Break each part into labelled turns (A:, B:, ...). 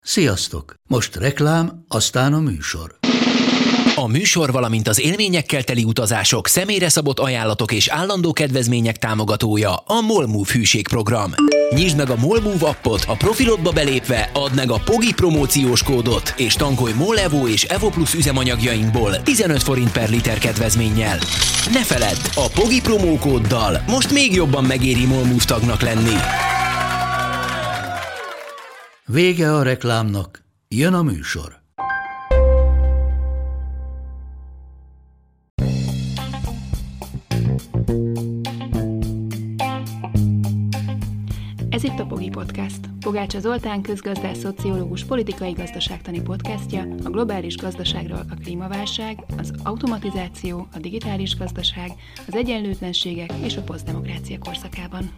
A: Sziasztok! Most reklám, aztán a műsor.
B: A műsor, valamint az élményekkel teli utazások, személyre szabott ajánlatok és állandó kedvezmények támogatója a MOL Move hűségprogram. Nyisd meg a MOL Move appot, a profilodba belépve add meg a POGI promóciós kódot, és tankolj MOL Evo és Evo Plus üzemanyagjainkból 15 forint per liter kedvezménnyel. Ne feledd, a POGI promókóddal most még jobban megéri MOL Move tagnak lenni.
A: Vége a reklámnak, jön a műsor.
C: Ez itt a POGI Podcast. Pogácsa Zoltán közgazdász, szociológus, politikai gazdaságtani podcastja a globális gazdaságról, a klímaválság, az automatizáció, a digitális gazdaság, az egyenlőtlenségek és a posztdemokrácia korszakában.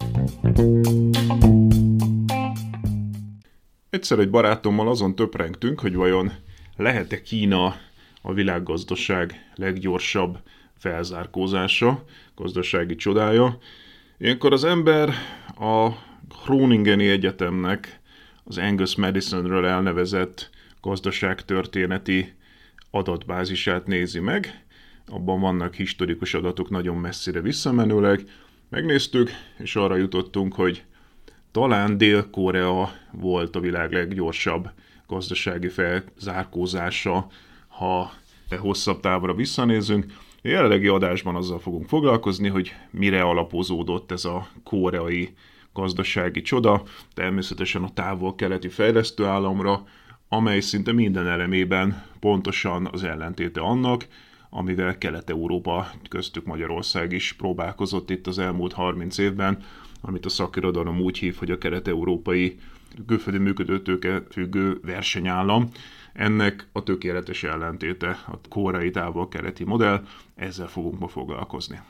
D: Egyszer egy barátommal azon töprengtünk, hogy vajon lehet-e Kína a világgazdaság leggyorsabb felzárkózása, gazdasági csodája. Ilyenkor az ember a Groningeni Egyetemnek az Angus Madisonről elnevezett gazdaságtörténeti adatbázisát nézi meg. Abban vannak historikus adatok nagyon messzire visszamenőleg. Megnéztük, és arra jutottunk, hogy talán Dél-Korea volt a világ leggyorsabb gazdasági felzárkózása, ha hosszabb távra visszanézünk. A jelenlegi adásban azzal fogunk foglalkozni, hogy mire alapozódott ez a koreai gazdasági csoda, természetesen a távol-keleti fejlesztő államra, amely szinte minden elemében pontosan az ellentéte annak, amivel Kelet-Európa, köztük Magyarország is próbálkozott itt az elmúlt 30 évben, amit a szakirodalom úgy hív, hogy a kelet-európai külföldi működőtőke függő versenyállam. Ennek a tökéletes ellentéte a koreai távol-keleti modell, ezzel fogunk ma foglalkozni.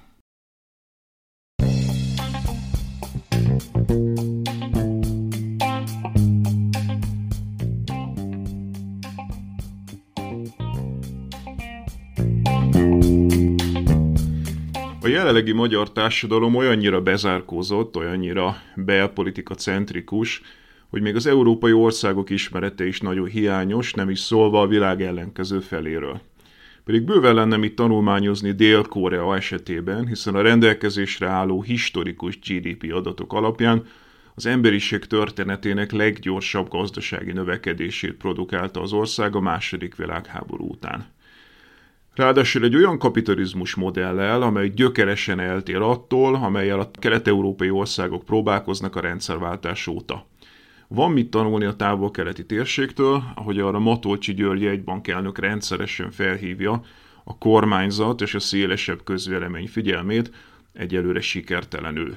D: A jelenlegi magyar társadalom olyannyira bezárkózott, olyannyira belpolitika centrikus, hogy még az európai országok ismerete is nagyon hiányos, nem is szólva a világ ellenkező feléről. Pedig bőven lenne mit tanulmányozni Dél-Korea esetében, hiszen a rendelkezésre álló historikus GDP adatok alapján az emberiség történetének leggyorsabb gazdasági növekedését produkálta az ország a II. Világháború után. Ráadásul egy olyan kapitalizmus modellel, amely gyökeresen eltér attól, amellyel a kelet-európai országok próbálkoznak a rendszerváltás óta. Van mit tanulni a távol-keleti térségtől, ahogy arra Matolcsy György jegybankelnök rendszeresen felhívja a kormányzat és a szélesebb közvélemény figyelmét, egyelőre sikertelenül.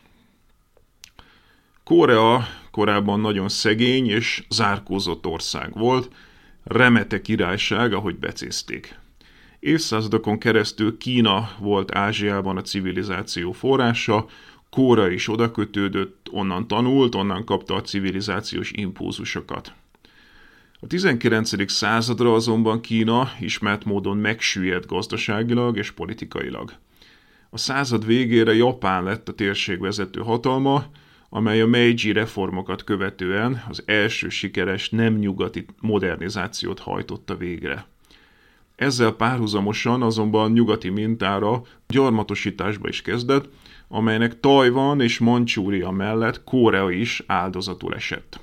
D: Korea korábban nagyon szegény és zárkózott ország volt, remete királyság, ahogy becézték. Évszázadokon keresztül Kína volt Ázsiában a civilizáció forrása, Korea is oda kötődött, onnan tanult, onnan kapta a civilizációs impulzusokat. A 19. századra azonban Kína ismert módon megsüllyedt gazdaságilag és politikailag. A század végére Japán lett a térség vezető hatalma, amely a Meiji reformokat követően az első sikeres nem nyugati modernizációt hajtotta végre. Ezzel párhuzamosan azonban nyugati mintára gyarmatosításba is kezdett, amelynek Tajvan és Mandzsúria mellett Korea is áldozatul esett.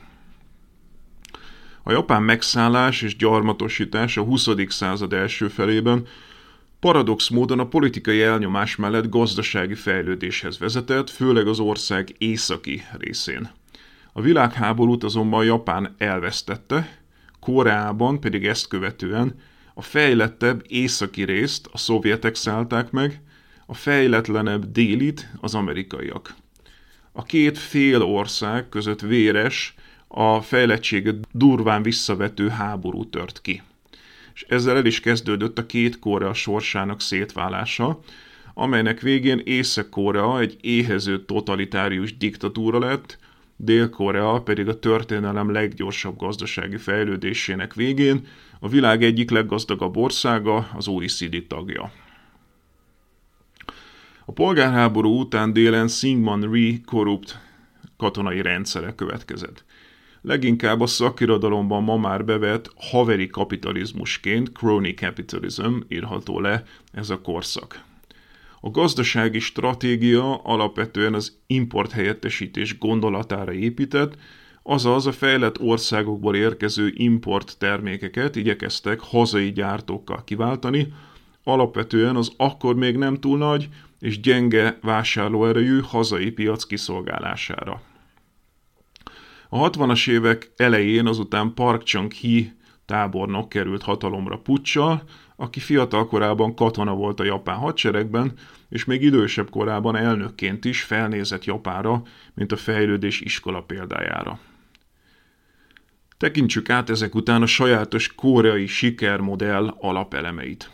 D: A japán megszállás és gyarmatosítás a 20. század első felében paradox módon a politikai elnyomás mellett gazdasági fejlődéshez vezetett, főleg az ország északi részén. A világháborút azonban Japán elvesztette, Koreában pedig ezt követően a fejlettebb északi részt a szovjetek szállták meg, a fejletlenebb délit az amerikaiak. A két fél ország között véres, a fejlettséget durván visszavető háború tört ki. És ezzel el is kezdődött a két Korea sorsának szétválása, amelynek végén Észak-Korea egy éhező totalitárius diktatúra lett, Dél-Korea pedig a történelem leggyorsabb gazdasági fejlődésének végén a világ egyik leggazdagabb országa, az OECD tagja. A polgárháború után délen Syngman Rhee korrupt katonai rendszere következett. leginkább a szakirodalomban ma már bevett haveri kapitalizmusként, crony capitalism írható le ez a korszak. A gazdasági stratégia alapvetően az importhelyettesítés gondolatára épített, azaz a fejlett országokból érkező import termékeket igyekeztek hazai gyártókkal kiváltani, alapvetően az akkor még nem túl nagy és gyenge vásárlóerejű hazai piac kiszolgálására. A 60-as évek elején azután Park Chung-hee tábornok került hatalomra puccsal, aki fiatal korában katona volt a japán hadseregben, és még idősebb korában elnökként is felnézett Japánra, mint a fejlődés iskola példájára. Tekintsük át ezek után a sajátos koreai sikermodell alapelemeit.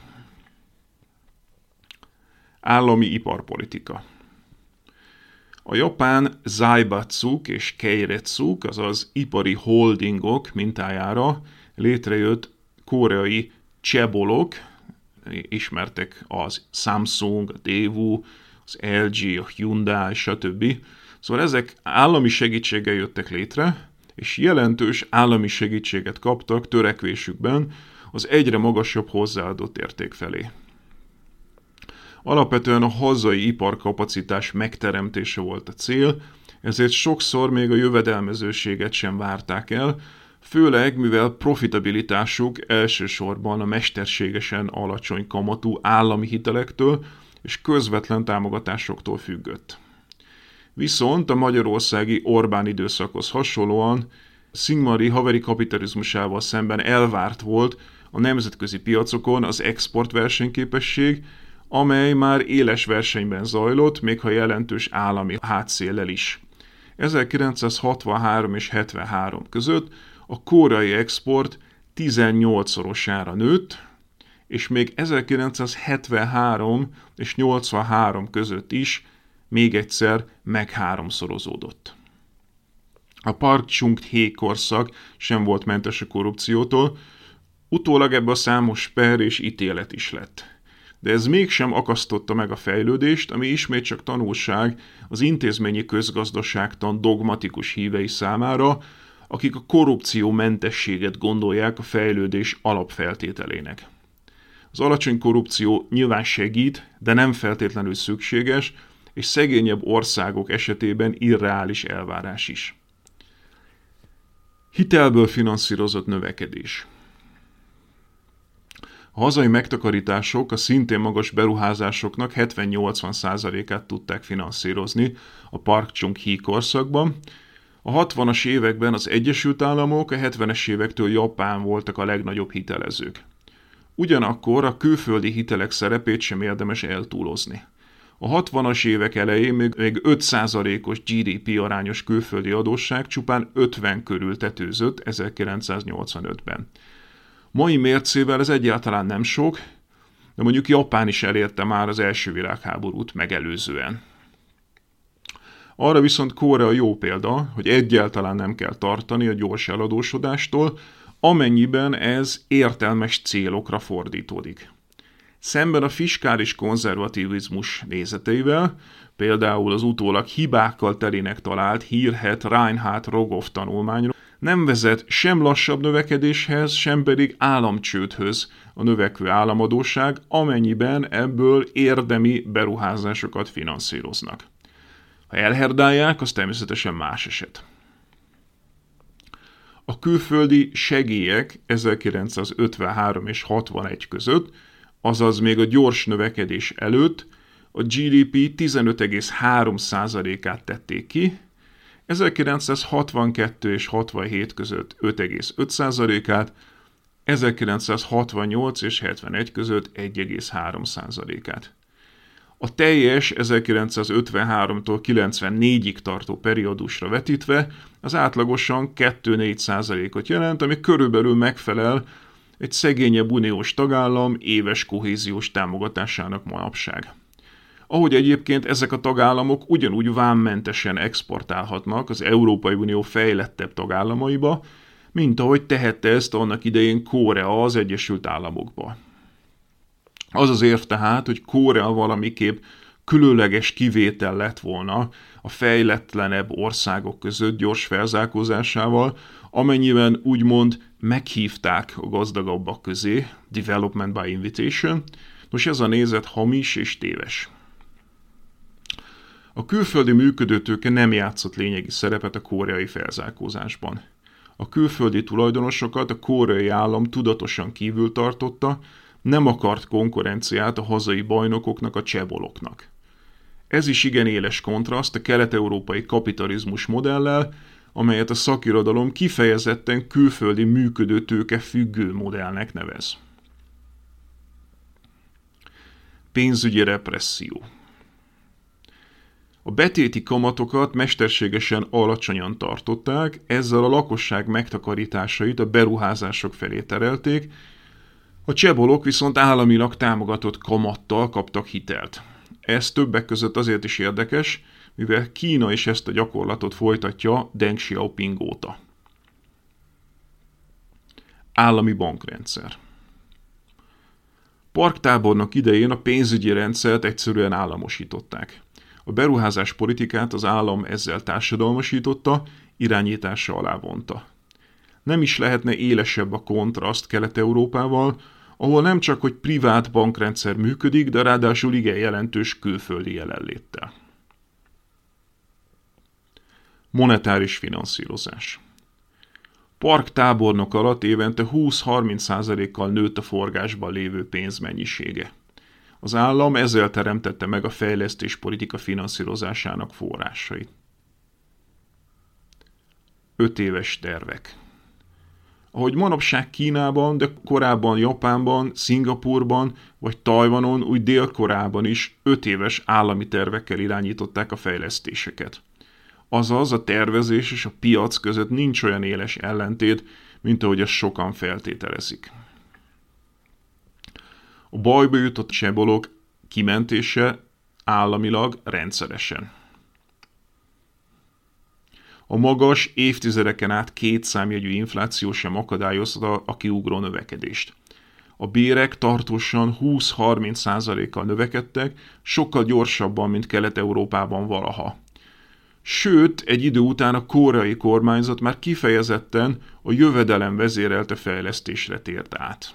D: Állami iparpolitika. A japán zaibatsuk és keiretsuk, azaz ipari holdingok mintájára létrejött koreai chaebolok, ismertek az Samsung, a Daewoo, az LG, a Hyundai, stb. Szóval ezek állami segítséggel jöttek létre, és jelentős állami segítséget kaptak törekvésükben az egyre magasabb hozzáadott érték felé. Alapvetően a hazai iparkapacitás megteremtése volt a cél, ezért sokszor még a jövedelmezőséget sem várták el, főleg mivel profitabilitásuk elsősorban a mesterségesen alacsony kamatú állami hitelektől és közvetlen támogatásoktól függött. Viszont a magyarországi Orbán időszakhoz hasonlóan Szingmari haveri kapitalizmusával szemben elvárt volt a nemzetközi piacokon az export versenyképesség, amely már éles versenyben zajlott, még ha jelentős állami hátszéllel is. 1963 és 73 között a koreai export 18-szorosára nőtt, és még 1973 és 83 között is még egyszer megháromszorozódott. A Park Chung-hee korszak sem volt mentes a korrupciótól, utólag ebből számos per és ítélet is lett. De ez mégsem akasztotta meg a fejlődést, ami ismét csak tanulság az intézményi közgazdaságtan dogmatikus hívei számára, akik a korrupciómentességet gondolják a fejlődés alapfeltételének. Az alacsony korrupció nyilván segít, de nem feltétlenül szükséges, és szegényebb országok esetében irreális elvárás is. Hitelből finanszírozott növekedés. A hazai megtakarítások a szintén magas beruházásoknak 70-80%-át tudták finanszírozni a Park Chung-hee korszakban. A 60-as években az Egyesült Államok, a 70-es évektől Japán voltak a legnagyobb hitelezők. Ugyanakkor a külföldi hitelek szerepét sem érdemes eltúlozni. A 60-as évek elején még 5%-os GDP arányos külföldi adósság csupán 50 körül tetőzött 1985-ben. Mai mércével ez egyáltalán nem sok, de mondjuk Japán is elérte már az első világháborút megelőzően. Arra viszont Korea jó példa, hogy egyáltalán nem kell tartani a gyors eladósodástól, amennyiben ez értelmes célokra fordítódik. Szemben a fiskális konzervativizmus nézeteivel, például az utólag hibákkal telének talált hírhedt Reinhard-Rogoff tanulmányról, nem vezet sem lassabb növekedéshez, sem pedig államcsődhöz a növekvő államadósság, amennyiben ebből érdemi beruházásokat finanszíroznak. Ha elherdálják, az természetesen más eset. A külföldi segélyek 1953 és 61 között, azaz még a gyors növekedés előtt a GDP 15,3%-át tették ki, 1962 és 67 között 5,5%-át, 1968 és 71 között 1,3%-át. A teljes 1953-tól 94-ig tartó periódusra vetítve az átlagosan 2-4%-ot jelent, ami körülbelül megfelel egy szegényebb uniós tagállam éves kohéziós támogatásának manapság. Ahogy egyébként ezek a tagállamok ugyanúgy vámmentesen exportálhatnak az Európai Unió fejlettebb tagállamaiba, mint ahogy tehette ezt annak idején Korea az Egyesült Államokba. Az az érv tehát, hogy Korea valamiképp különleges kivétel lett volna a fejletlenebb országok között gyors felzárkózásával, amennyiben úgymond meghívták a gazdagabbak közé, development by invitation. Nos, ez a nézet hamis és téves. A külföldi működőtőke nem játszott lényegi szerepet a koreai felzárkózásban. A külföldi tulajdonosokat a koreai állam tudatosan kívül tartotta, nem akart konkurenciát a hazai bajnokoknak, a cseboloknak. Ez is igen éles kontraszt a kelet-európai kapitalizmus modellel, amelyet a szakirodalom kifejezetten külföldi működőtőke függő modellnek nevez. Pénzügyi represszió. A betéti kamatokat mesterségesen alacsonyan tartották, ezzel a lakosság megtakarításait a beruházások felé terelték, a csebolok viszont államilag támogatott kamattal kaptak hitelt. Ez többek között azért is érdekes, mivel Kína is ezt a gyakorlatot folytatja Deng Xiaoping óta. Állami bankrendszer. Parktábornok idején a pénzügyi rendszert egyszerűen államosították. A beruházás politikát az állam ezzel társadalmasította, irányítása alá vonta. Nem is lehetne élesebb a kontraszt Kelet-Európával, ahol nem csak hogy privát bankrendszer működik, de ráadásul igen jelentős külföldi jelenléttel. Monetáris finanszírozás. Parktábornok alatt évente 20-30%-kal nőtt a forgásban lévő pénz mennyisége. Az állam ezzel teremtette meg a fejlesztéspolitika finanszírozásának forrásait. 5 éves tervek. Ahogy manapság Kínában, de korábban Japánban, Szingapurban vagy Tajvanon, úgy Dél-Koreában is 5 éves állami tervekkel irányították a fejlesztéseket. Azaz a tervezés és a piac között nincs olyan éles ellentét, mint ahogy ezt sokan feltételezik. A bajba jutott csebolok kimentése államilag rendszeresen. A magas, évtizedeken át 2 számjegyű infláció sem akadályozta a kiugró növekedést. A bérek tartósan 20-30%-kal növekedtek, sokkal gyorsabban, mint Kelet-Európában valaha. Sőt, egy idő után a koreai kormányzat már kifejezetten a jövedelem vezérelte fejlesztésre tért át.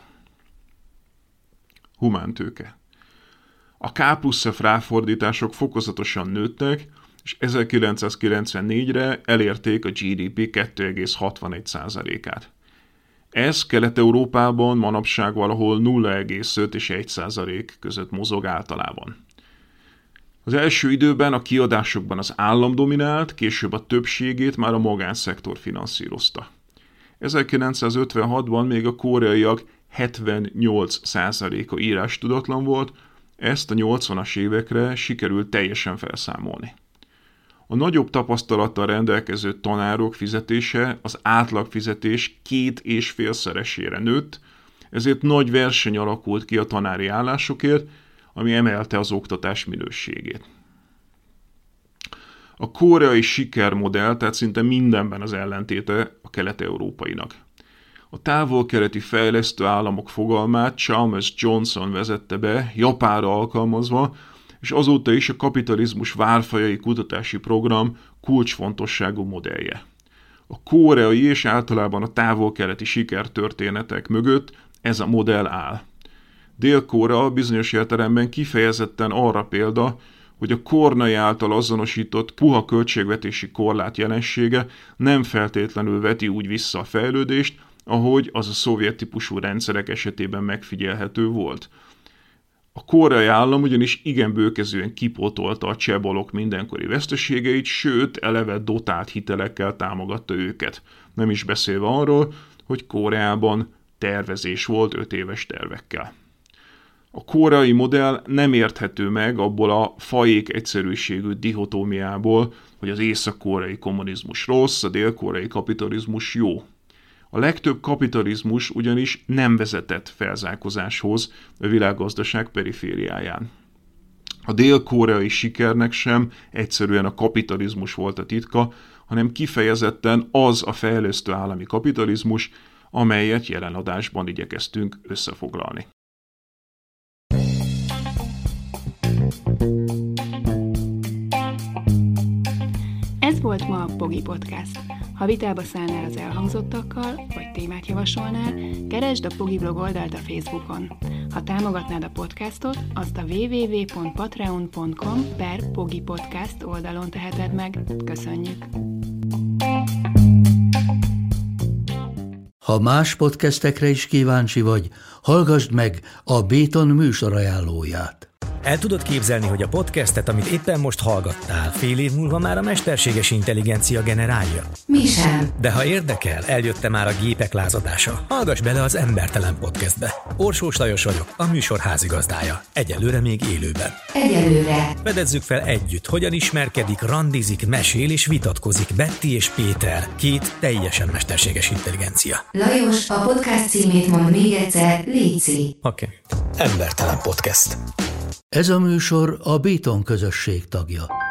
D: Humántőke. A K+F ráfordítások fokozatosan nőttek, és 1994-re elérték a GDP 2,61%-át. Ez Kelet-Európában manapság valahol 0,5 és 1% között mozog általában. Az első időben a kiadásokban az állam dominált, később a többségét már a magánszektor finanszírozta. 1956-ban még a koreaiak 78%-a írástudatlan volt, ezt a 80-as évekre sikerült teljesen felszámolni. A nagyobb tapasztalattal rendelkező tanárok fizetése az átlagfizetés 2,5-szeresére nőtt, ezért nagy verseny alakult ki a tanári állásokért, ami emelte az oktatás minőségét. A koreai sikermodell tehát szinte mindenben az ellentéte a kelet-európainak. A távol-keleti fejlesztő államok fogalmát Chalmers Johnson vezette be, Japánra alkalmazva, és azóta is a kapitalizmus várfajai kutatási program kulcsfontosságú modellje. A koreai és általában a távol-keleti sikertörténetek mögött ez a modell áll. Dél-Korea bizonyos értelemben kifejezetten arra példa, hogy a Kornai által azonosított puha költségvetési korlát jelensége nem feltétlenül veti úgy vissza a fejlődést, ahogy az a szovjet típusú rendszerek esetében megfigyelhető volt. A koreai állam ugyanis igen bőkezően kipótolta a csebolok mindenkori veszteségeit, sőt, eleve dotált hitelekkel támogatta őket. Nem is beszélve arról, hogy Koreában tervezés volt 5 éves tervekkel. A koreai modell nem érthető meg abból a fajék egyszerűségű dihotómiából, hogy az észak-koreai kommunizmus rossz, a dél-koreai kapitalizmus jó. A legtöbb kapitalizmus ugyanis nem vezetett felzárkózáshoz a világgazdaság perifériáján. A dél-koreai sikernek sem egyszerűen a kapitalizmus volt a titka, hanem kifejezetten az a fejlesztő állami kapitalizmus, amelyet jelen adásban igyekeztünk összefoglalni.
C: Ez volt volt ma a Pogi Podcast. Ha vitába szállnál az elhangzottakkal, vagy témát javasolnál, keresd a Pogi blog oldalt a Facebookon. Ha támogatnád a podcastot, azt a www.patreon.com/Pogi Podcast oldalon teheted meg. Köszönjük!
A: Ha más podcastekre is kíváncsi vagy, hallgassd meg a Béton műsor ajánlóját.
E: El tudod képzelni, hogy a podcastet, amit éppen most hallgattál, fél év múlva már a mesterséges intelligencia generálja?
F: Mi sem.
E: De ha érdekel, eljött már a gépek lázadása. Hallgass bele az Embertelen Podcastbe. Orsós Lajos vagyok, a műsor házigazdája. Egyelőre még élőben.
F: Egyelőre.
E: Fedezzük fel együtt, hogyan ismerkedik, randizik, mesél és vitatkozik Betty és Péter, két teljesen mesterséges intelligencia.
F: Lajos, a podcast címét mond még egyszer, léci.
E: Oké. Embertelen Podcast.
A: Ez a műsor a Béton közösség tagja.